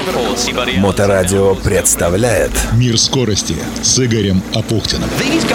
Моторадио представляет «Мир скорости» с Игорем Апухтиным.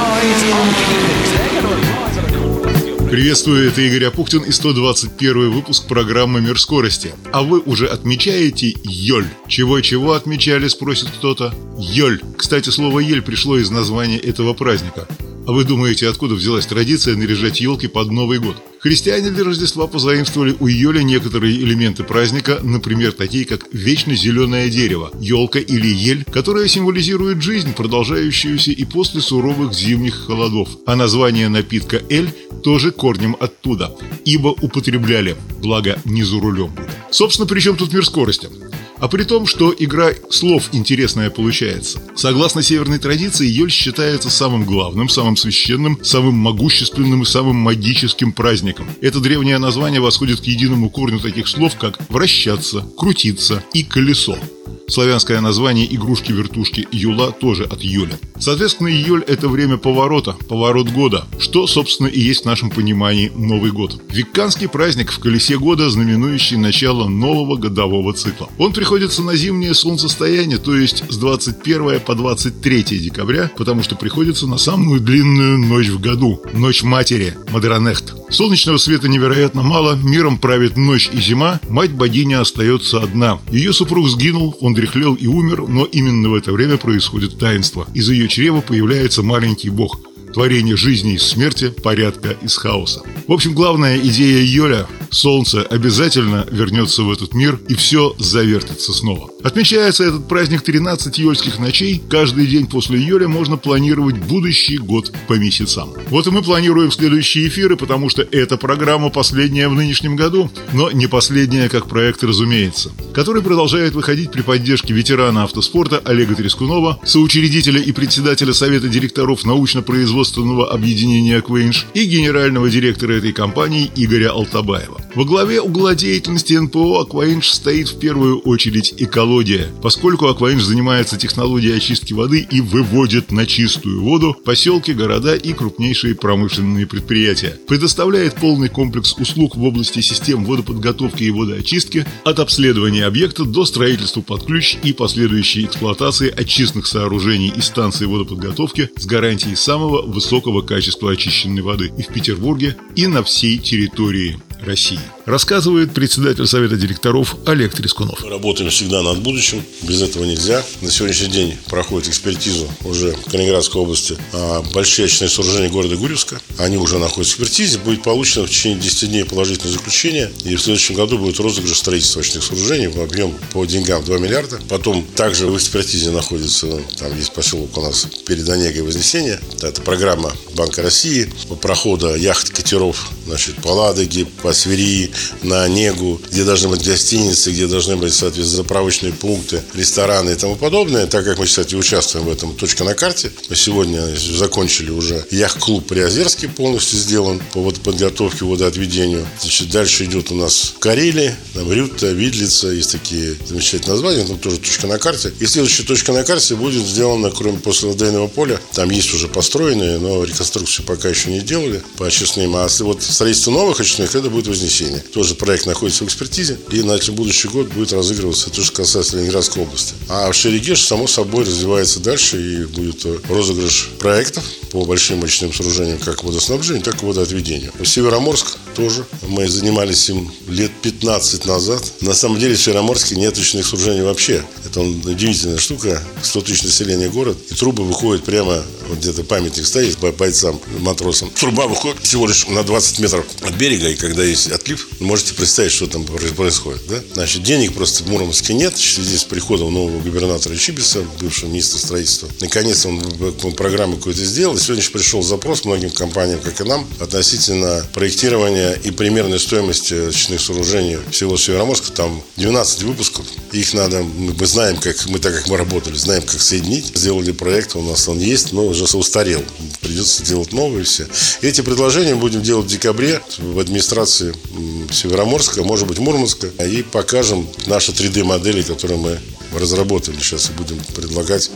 Приветствую, это Игорь Апухтин и 121 выпуск программы «Мир скорости». А вы уже отмечаете Йоль? Чего-чего отмечали, спросит кто-то. Йоль. Кстати, слово «ель» пришло из названия этого праздника. А вы думаете, откуда взялась традиция наряжать елки под Новый год? Христиане для Рождества позаимствовали у Йоля некоторые элементы праздника, например, такие как вечно зеленое дерево, елка или ель, которая символизирует жизнь, продолжающуюся и после суровых зимних холодов. А название напитка «эль» тоже корнем оттуда, ибо употребляли, благо не за рулем. Собственно, при чем тут мир скорости? А при том, что игра слов интересная получается. Согласно северной традиции, Йоль считается самым главным, самым священным, самым могущественным и самым магическим праздником. Это древнее название восходит к единому корню таких слов, как «вращаться», «крутиться» и «колесо». Славянское название игрушки-вертушки Юла тоже от Йоля. Соответственно, Йоль – это время поворота, поворот года, что, собственно, и есть в нашем понимании Новый год. Векканский праздник в колесе года, знаменующий начало нового годового цикла. Он приходится на зимнее солнцестояние, то есть с 21 по 23 декабря, потому что приходится на самую длинную ночь в году – Ночь Матери, Мадранехт. Солнечного света невероятно мало, миром правит ночь и зима, мать-богиня остается одна. Ее супруг сгинул, он дряхлел и умер, но именно в это время происходит таинство. Из ее чрева появляется маленький бог. Творение жизни из смерти, порядка из хаоса. В общем, главная идея Йоля – солнце обязательно вернется в этот мир и все завертится снова. Отмечается этот праздник 13 йольских ночей. Каждый день после Йоля можно планировать будущий год по месяцам. Вот и мы планируем следующие эфиры, потому что эта программа последняя в нынешнем году, но не последняя как проект, разумеется, который продолжает выходить при поддержке ветерана автоспорта Олега Трескунова, соучредителя и председателя Совета директоров научно-производственного объединения «Акваинж» и генерального директора этой компании Игоря Алтабаева. Во главе угла деятельности НПО «Акваинж» стоит в первую очередь экология, поскольку «Акваинж» занимается технологией очистки воды и выводит на чистую воду поселки, города и крупнейшие промышленные предприятия. Предоставляет полный комплекс услуг в области систем водоподготовки и водоочистки, от обследования объекта до строительства под ключ и последующей эксплуатации очистных сооружений и станций водоподготовки с гарантией самого высокого качества очищенной воды и в Петербурге, и на всей территории России. Рассказывает председатель Совета директоров Олег Трескунов. Мы работаем всегда над будущим, без этого нельзя. На сегодняшний день проходит экспертизу уже в Калининградской области большие очистные сооружения города Гурьевска. Они уже находятся в экспертизе. Будет получено в течение 10 дней положительное заключение. И в следующем году будет розыгрыш строительства очистных сооружений в объем по деньгам 2 миллиарда. Потом также в экспертизе находится, там есть поселок у нас перед Онегой Вознесения. Это программа Банка России по проходу яхт, катеров, по Ладоге, по Свирии, на Онегу, где должны быть гостиницы, где должны быть, соответственно, заправочные пункты, рестораны и тому подобное. Так как мы, кстати, участвуем в этом «Точка на карте», мы сегодня закончили уже яхт-клуб Приозерский, полностью сделан по водоподготовке, водоотведению. Дальше идет у нас Карелия, Рюта, Видлица, есть такие замечательные названия, там тоже «Точка на карте». И следующая «Точка на карте» будет сделана, кроме после лодейного поля, там есть уже построенные, но реконструкцию пока еще не делали по очистным. А вот строительство новых очистных, это будет Вознесение. Тоже проект находится в экспертизе, и на будущий год будет разыгрываться, то, что касается Ленинградской области. А в Шерегеш, само собой, развивается дальше, и будет розыгрыш проектов по большим очистным сооружениям, как водоснабжению, так и водоотведению. Североморск тоже. Мы занимались им лет 15 назад. На самом деле в Североморске нет очистных сооружений вообще. Это удивительная штука. 100 тысяч населения город, и трубы выходят прямо, вот где-то памятник стоит бойцам, матросам. Труба выходит всего лишь на 20 метров от берега, и когда есть отлив, можете представить, что там происходит. Да? Денег просто в Мурманске нет. В связи с приходом нового губернатора Чибиса, бывшего министра строительства. Наконец он программу какую-то сделал. И сегодня пришел запрос многим компаниям, как и нам, относительно проектирования и примерной стоимости очистных сооружений всего Североморска. Там 12 выпусков. Их надо, мы знаем, так как мы работали, знаем, как соединить. Сделали проект, у нас он есть, но уже устарел. Придется делать новые все. Эти предложения будем делать в декабре в администрации Североморска, может быть Мурманска, и покажем наши 3D-модели, которые мы разработали сейчас и будем предлагать.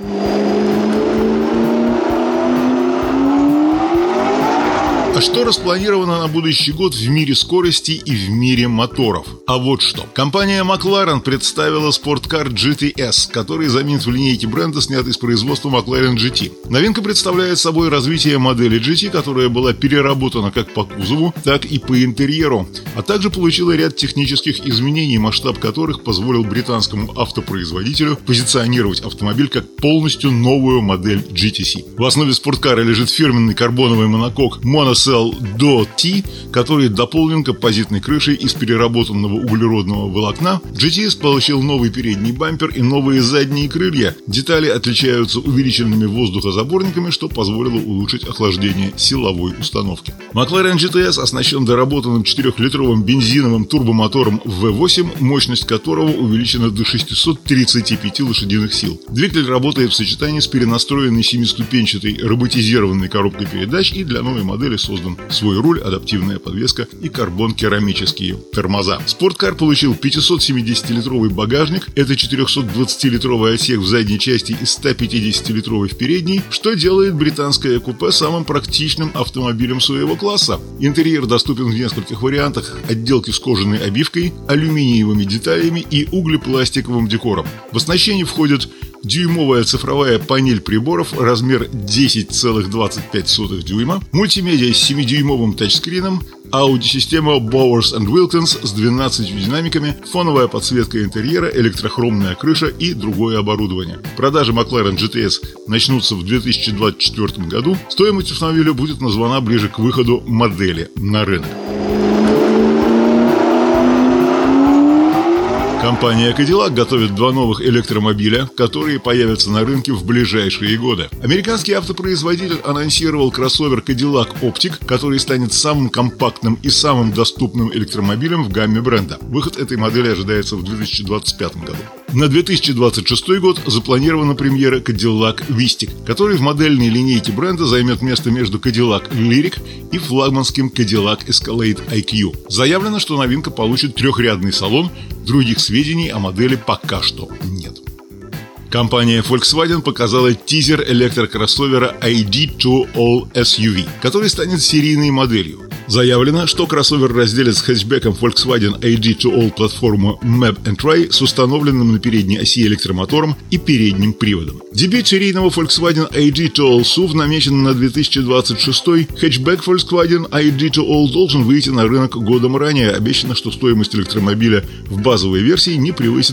А что распланировано на будущий год в мире скорости и в мире моторов? А вот что. Компания McLaren представила спорткар GTS, который заменит в линейке бренда, снятый с производства McLaren GT. Новинка представляет собой развитие модели GT, которая была переработана как по кузову, так и по интерьеру, а также получила ряд технических изменений, масштаб которых позволил британскому автопроизводителю позиционировать автомобиль как полностью новую модель GTC. В основе спорткара лежит фирменный карбоновый монокок Monocell Do-T, который дополнен композитной крышей из переработанного углеродного волокна. GTS получил новый передний бампер и новые задние крылья. Детали отличаются увеличенными воздухозаборниками, что позволило улучшить охлаждение силовой установки. McLaren GTS оснащен доработанным 4-литровым бензиновым турбомотором V8, мощность которого увеличена до 635 лошадиных сил. Двигатель работает в сочетании с перенастроенной 7-ступенчатой роботизированной коробкой передач, и для новой модели создан свой руль, адаптивная подвеска и карбон-керамические тормоза. Спорткар получил 570-литровый багажник, это 420-литровый отсек в задней части и 150-литровый в передней, что делает британское купе самым практичным автомобилем своего класса. Интерьер доступен в нескольких вариантах: отделки с кожаной обивкой, алюминиевыми деталями и углепластиковым декором. В оснащение входят дюймовая цифровая панель приборов, размер 10,25 дюйма, мультимедиа с 7-дюймовым тачскрином, аудиосистема Bowers & Wilkins с 12 динамиками, фоновая подсветка интерьера, электрохромная крыша и другое оборудование. Продажи McLaren GTS начнутся в 2024 году. Стоимость автомобиля будет названа ближе к выходу модели на рынок. Компания Cadillac готовит 2 новых электромобиля, которые появятся на рынке в ближайшие годы. Американский автопроизводитель анонсировал кроссовер Cadillac Optiq, который станет самым компактным и самым доступным электромобилем в гамме бренда. Выход этой модели ожидается в 2025 году. На 2026 год запланирована премьера Cadillac Vistiq, который в модельной линейке бренда займет место между Cadillac Lyriq и флагманским Cadillac Escalade IQ. Заявлено, что новинка получит 3-рядный салон, других сведений о модели пока что нет. Компания Volkswagen показала тизер электрокроссовера ID2 All SUV, который станет серийной моделью. Заявлено, что кроссовер разделит с хэтчбеком Volkswagen ID2 All платформу Map & Tray с установленным на передней оси электромотором и передним приводом. Дебют серийного Volkswagen ID2 All SUV намечен на 2026. Хэтчбек Volkswagen ID2 All должен выйти на рынок годом ранее. Обещано, что стоимость электромобиля в базовой версии не превысит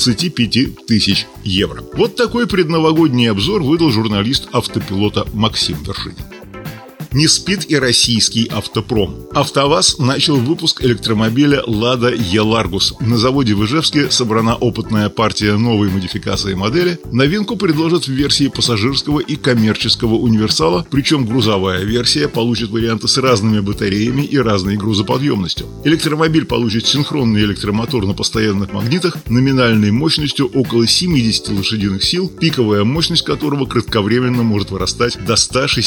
25 тысяч евро. Вот такой предновогодний обзор выдал журналист автопилота Максим Вершинин. Не спит и российский автопром. АвтоВАЗ начал выпуск электромобиля Lada E-Largus. На заводе в Ижевске собрана опытная партия новой модификации модели. Новинку предложат в версии пассажирского и коммерческого универсала, причем грузовая версия получит варианты с разными батареями и разной грузоподъемностью. Электромобиль получит синхронный электромотор на постоянных магнитах номинальной мощностью около 70 лошадиных сил, пиковая мощность которого кратковременно может вырастать до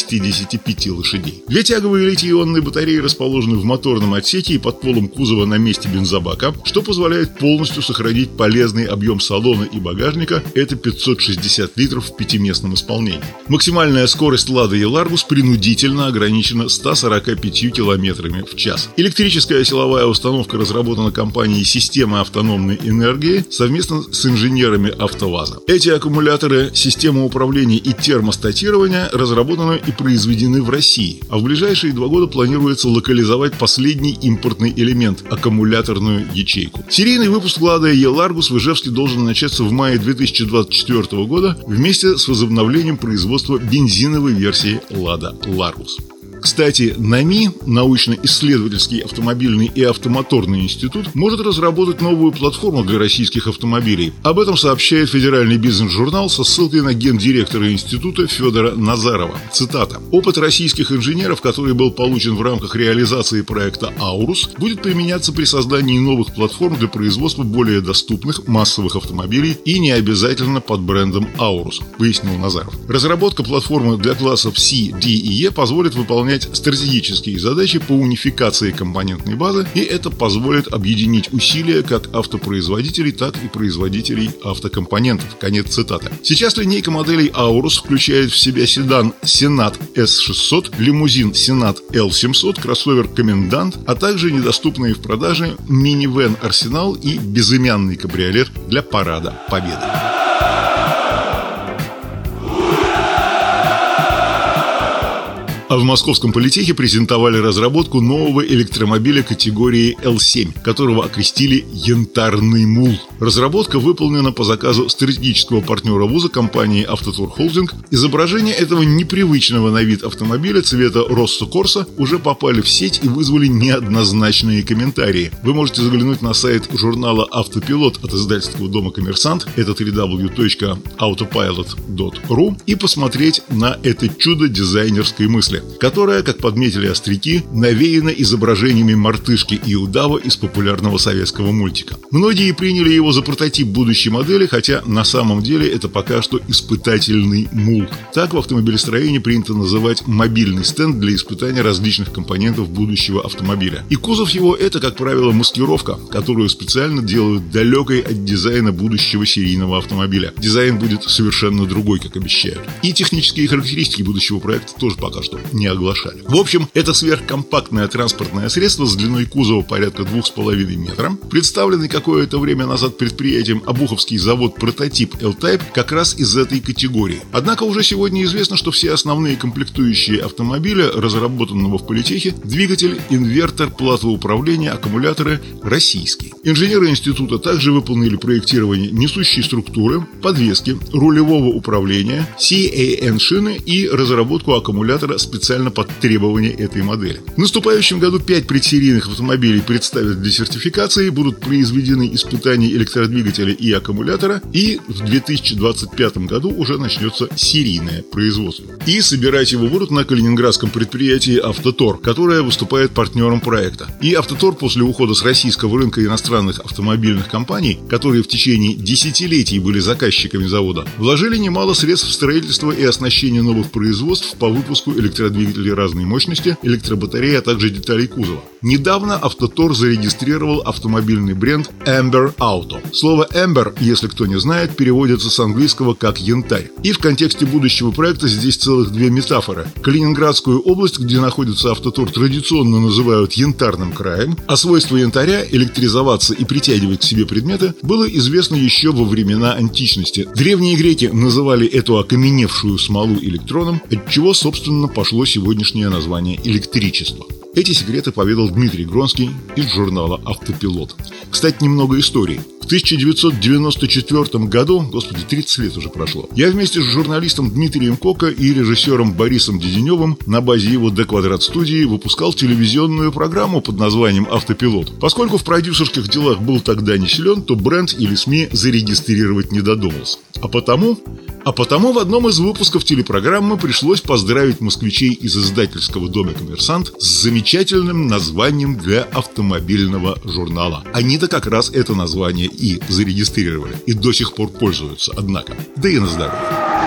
165 лошадей. 2 тяговые литий-ионные батареи расположены в моторном отсеке и под полом кузова на месте бензобака, что позволяет полностью сохранить полезный объем салона и багажника. Это 560 литров в 5-местном исполнении. Максимальная скорость Lada E-Largus принудительно ограничена 145 км в час. Электрическая силовая установка разработана компанией «Система автономной энергии» совместно с инженерами АвтоВАЗа. Эти аккумуляторы, система управления и термостатирования разработаны и произведены в России. А в ближайшие 2 года планируется локализовать последний импортный элемент – аккумуляторную ячейку. Серийный выпуск Lada E-Largus в Ижевске должен начаться в мае 2024 года вместе с возобновлением производства бензиновой версии Lada Largus. Кстати, НАМИ, научно-исследовательский автомобильный и автомоторный институт, может разработать новую платформу для российских автомобилей. Об этом сообщает федеральный бизнес-журнал со ссылкой на гендиректора института Федора Назарова. Цитата. «Опыт российских инженеров, который был получен в рамках реализации проекта «Аурус», будет применяться при создании новых платформ для производства более доступных массовых автомобилей и не обязательно под брендом «Аурус», пояснил Назаров. Разработка платформы для классов C, D и E позволит выполнять выполнять стратегические задачи по унификации компонентной базы, и это позволит объединить усилия как автопроизводителей, так и производителей автокомпонентов. Конец цитаты. Сейчас линейка моделей Aurus включает в себя седан Senat S600, лимузин Senat L700, кроссовер Комендант, а также недоступные в продаже минивэн Арсенал и безымянный кабриолет для парада Победы. А в Московском политехе презентовали разработку нового электромобиля категории L7, которого окрестили «Янтарный мул». Разработка выполнена по заказу стратегического партнера вуза компании «Автотур Холдинг». Изображения этого непривычного на вид автомобиля цвета Россо Корса уже попали в сеть и вызвали неоднозначные комментарии. Вы можете заглянуть на сайт журнала «Автопилот» от издательского дома «Коммерсант», это www.autopilot.ru, и посмотреть на это чудо дизайнерской мысли, которая, как подметили остряки, навеяна изображениями мартышки и удава из популярного советского мультика. Многие приняли его за прототип будущей модели, хотя на самом деле это пока что испытательный мул. Так в автомобилестроении принято называть мобильный стенд для испытания различных компонентов будущего автомобиля. И кузов его — это, как правило, маскировка, которую специально делают далекой от дизайна будущего серийного автомобиля. Дизайн будет совершенно другой, как обещают. И технические характеристики будущего проекта тоже пока что не оглашали. В общем, это сверхкомпактное транспортное средство с длиной кузова порядка 2,5 метра, представленный какое-то время назад предприятием Обуховский завод прототип L-Type как раз из этой категории. Однако уже сегодня известно, что все основные комплектующие автомобиля, разработанного в политехе, двигатель, инвертор, плата управления, аккумуляторы российские. Инженеры института также выполнили проектирование несущей структуры, подвески, рулевого управления, CAN-шины и разработку аккумулятора специально под требования этой модели. В наступающем году 5 предсерийных автомобилей представят для сертификации, будут произведены испытания электродвигателя и аккумулятора, и в 2025 году уже начнется серийное производство. И собирать его будут на калининградском предприятии «Автотор», которое выступает партнером проекта. И «Автотор» после ухода с российского рынка иностранных автомобильных компаний, которые в течение десятилетий были заказчиками завода, вложили немало средств в строительство и оснащение новых производств по выпуску электродвигателей разной мощности, электробатареи, а также деталей кузова. Недавно «Автотор» зарегистрировал автомобильный бренд Amber Auto. Слово Amber, если кто не знает, переводится с английского как «янтарь». И в контексте будущего проекта здесь целых две метафоры. Калининградскую область, где находится «Автотор», традиционно называют янтарным краем, а свойство янтаря — электризоваться и притягивать к себе предметы — было известно еще во времена античности. Древние греки называли эту окаменевшую смолу электроном, от чего, собственно, пошло сегодняшнее название электричество. Эти секреты поведал Дмитрий Гронский из журнала «Автопилот». Кстати, немного истории. В 1994 году, господи, 30 лет уже прошло, я вместе с журналистом Дмитрием Коко и режиссером Борисом Деденевым на базе его D-Квадрат студии выпускал телевизионную программу под названием «Автопилот». Поскольку в продюсерских делах был тогда не силен, то бренд или СМИ зарегистрировать не додумался. А потому в одном из выпусков телепрограммы пришлось поздравить москвичей из издательского дома «Коммерсант» с замечательным названием для автомобильного журнала. Они-то как раз это название и зарегистрировали, и до сих пор пользуются, однако. Да и на здоровье.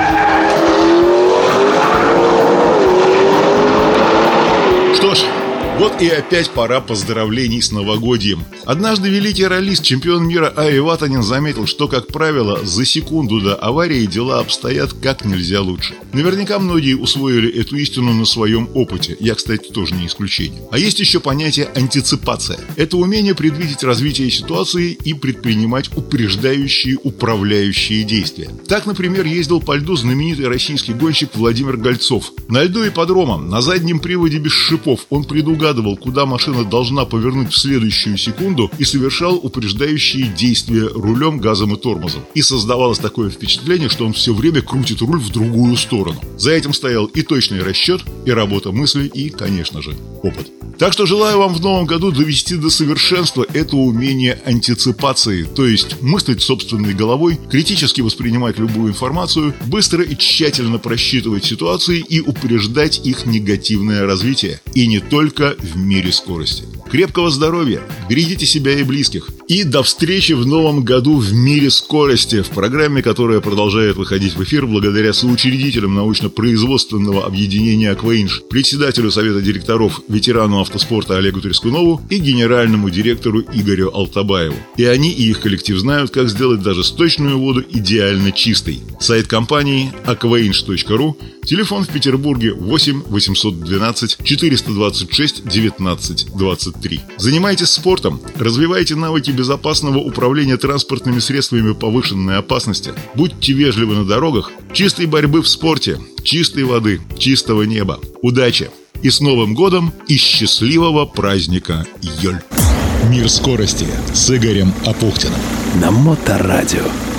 Что ж, вот и опять пора поздравлений с новогодием. Однажды великий раллист, чемпион мира Ари Ватанен заметил, что, как правило, за секунду до аварии дела обстоят как нельзя лучше. Наверняка многие усвоили эту истину на своем опыте. Я, кстати, тоже не исключение. А есть еще понятие антиципация. Это умение предвидеть развитие ситуации и предпринимать упреждающие, управляющие действия. Так, например, ездил по льду знаменитый российский гонщик Владимир Гольцов. На льду ипподрома, на заднем приводе без шипов, он предугадывал, куда машина должна повернуть в следующую секунду, и совершал упреждающие действия рулем, газом и тормозом. И создавалось такое впечатление, что он все время крутит руль в другую сторону. За этим стоял и точный расчет, и работа мысли, и, конечно же, опыт. Так что желаю вам в новом году довести до совершенства это умение антиципации, то есть мыслить собственной головой, критически воспринимать любую информацию, быстро и тщательно просчитывать ситуации и упреждать их негативное развитие. И не только в мире скорости. Крепкого здоровья, берегите себя и близких. И до встречи в новом году в мире скорости, в программе, которая продолжает выходить в эфир благодаря соучредителям научно-производственного объединения «Акваинж», председателю совета директоров, ветерану автоспорта Олегу Трескунову и генеральному директору Игорю Алтабаеву. И они, и их коллектив знают, как сделать даже сточную воду идеально чистой. Сайт компании aquainge.ru, телефон в Петербурге 8 812 426 19 23. Занимайтесь спортом, развивайте навыки безопасного управления транспортными средствами повышенной опасности, будьте вежливы на дорогах, чистой борьбы в спорте, чистой воды, чистого неба. Удачи! И с Новым годом, и счастливого праздника Йоль! Мир скорости с Игорем Апухтиным На Моторадио.